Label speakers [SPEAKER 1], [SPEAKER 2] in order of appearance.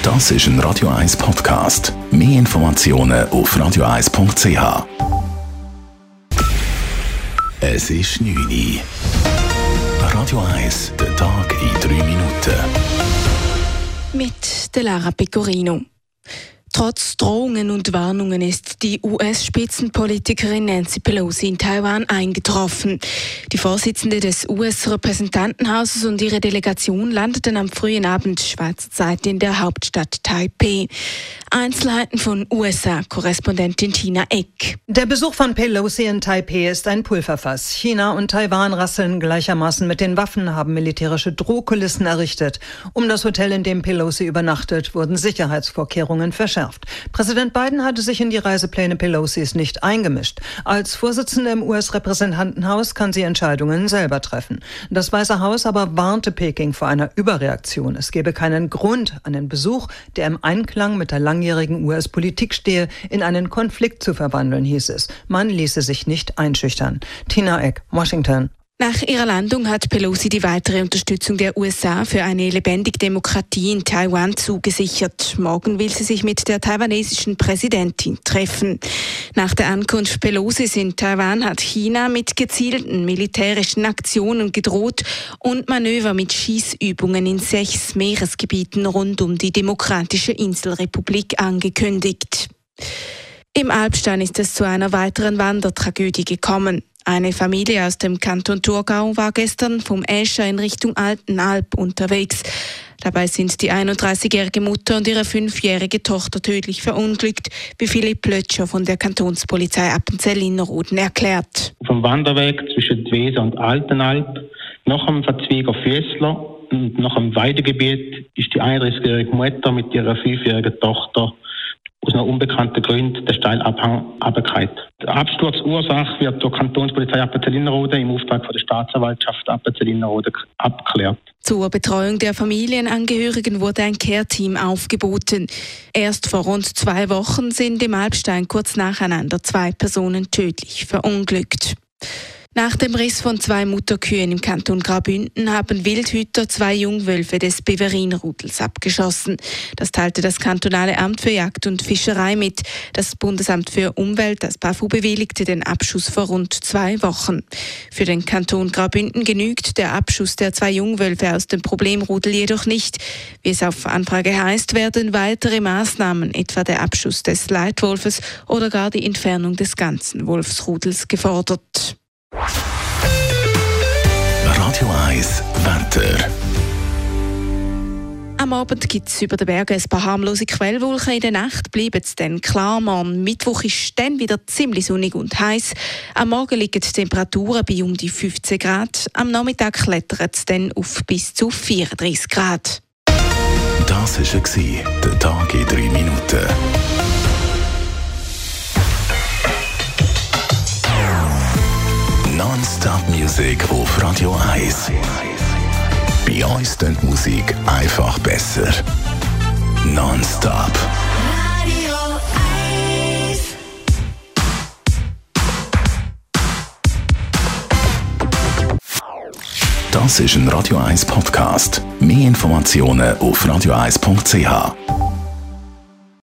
[SPEAKER 1] Das ist ein Radio 1 Podcast. Mehr Informationen auf radio1.ch. Es ist 9 Uhr. Radio 1, der Tag in 3 Minuten.
[SPEAKER 2] Mit der Lara Pecorino. Trotz Drohungen und Warnungen ist die US-Spitzenpolitikerin Nancy Pelosi in Taiwan eingetroffen. Die Vorsitzende des US-Repräsentantenhauses und ihre Delegation landeten am frühen Abend Schweizer Zeit in der Hauptstadt Taipei. Einzelheiten von USA-Korrespondentin Tina Eck.
[SPEAKER 3] Der Besuch von Pelosi in Taipei ist ein Pulverfass. China und Taiwan rasseln gleichermaßen mit den Waffen, haben militärische Drohkulissen errichtet. Um das Hotel, in dem Pelosi übernachtet, wurden Sicherheitsvorkehrungen verschärft. Präsident Biden hatte sich in die Reisepläne Pelosis nicht eingemischt. Als Vorsitzende im US-Repräsentantenhaus kann sie Entscheidungen selber treffen. Das Weiße Haus aber warnte Peking vor einer Überreaktion. Es gebe keinen Grund, einen Besuch, der im Einklang mit der langjährigen US-Politik stehe, in einen Konflikt zu verwandeln, hieß es. Man ließe sich nicht einschüchtern. Tina Eck, Washington.
[SPEAKER 2] Nach ihrer Landung hat Pelosi die weitere Unterstützung der USA für eine lebendige Demokratie in Taiwan zugesichert. Morgen will sie sich mit der taiwanesischen Präsidentin treffen. Nach der Ankunft Pelosis in Taiwan hat China mit gezielten militärischen Aktionen gedroht und Manöver mit Schießübungen in 6 Meeresgebieten rund um die Demokratische Inselrepublik angekündigt. Im Alpstein ist es zu einer weiteren Wandertragödie gekommen. Eine Familie aus dem Kanton Thurgau war gestern vom Äscher in Richtung Altenalp unterwegs. Dabei sind die 31-jährige Mutter und ihre 5-jährige Tochter tödlich verunglückt, wie Philipp Plötscher von der Kantonspolizei Appenzell-Innerrhoden erklärt.
[SPEAKER 4] Auf dem Wanderweg zwischen Dwese und Altenalp, nach dem Verzweiger Füssler und nach dem Weidegebiet ist die 31-jährige Mutter mit ihrer 5-jährigen Tochter aus einer unbekannten Gründen den Steilabhang runtergefallen. Die Absturzursache wird durch die Kantonspolizei Appenzell-Innerrhoden im Auftrag von der Staatsanwaltschaft Appenzell-Innerrhoden abgeklärt.
[SPEAKER 2] Zur Betreuung der Familienangehörigen wurde ein Care-Team aufgeboten. Erst vor rund 2 Wochen sind im Alpstein kurz nacheinander 2 Personen tödlich verunglückt. Nach dem Riss von 2 Mutterkühen im Kanton Graubünden haben Wildhüter 2 Jungwölfe des Beverinrudels abgeschossen. Das teilte das kantonale Amt für Jagd und Fischerei mit. Das Bundesamt für Umwelt, das BAFU, bewilligte den Abschuss vor rund 2 Wochen. Für den Kanton Graubünden genügt der Abschuss der 2 Jungwölfe aus dem Problemrudel jedoch nicht. Wie es auf Anfrage heißt, werden weitere Maßnahmen, etwa der Abschuss des Leitwolfes oder gar die Entfernung des ganzen Wolfsrudels, gefordert.
[SPEAKER 1] Radio 1 Wetter.
[SPEAKER 2] Am Abend gibt es über den Bergen ein paar harmlose Quellwolken. In der Nacht bleibt es dann klar. Am Mittwoch ist dann wieder ziemlich sonnig und heiß. Am Morgen liegen die Temperaturen bei um die 15 Grad. Am Nachmittag klettert es dann auf bis zu 34 Grad.
[SPEAKER 1] Das war der Tag in 3 Minuten. Non-Stop-Musik auf Radio 1. Bei uns klingt die Musik einfach besser. Non-Stop.
[SPEAKER 5] Radio 1.
[SPEAKER 1] Das ist ein Radio 1 Podcast. Mehr Informationen auf radio1.ch.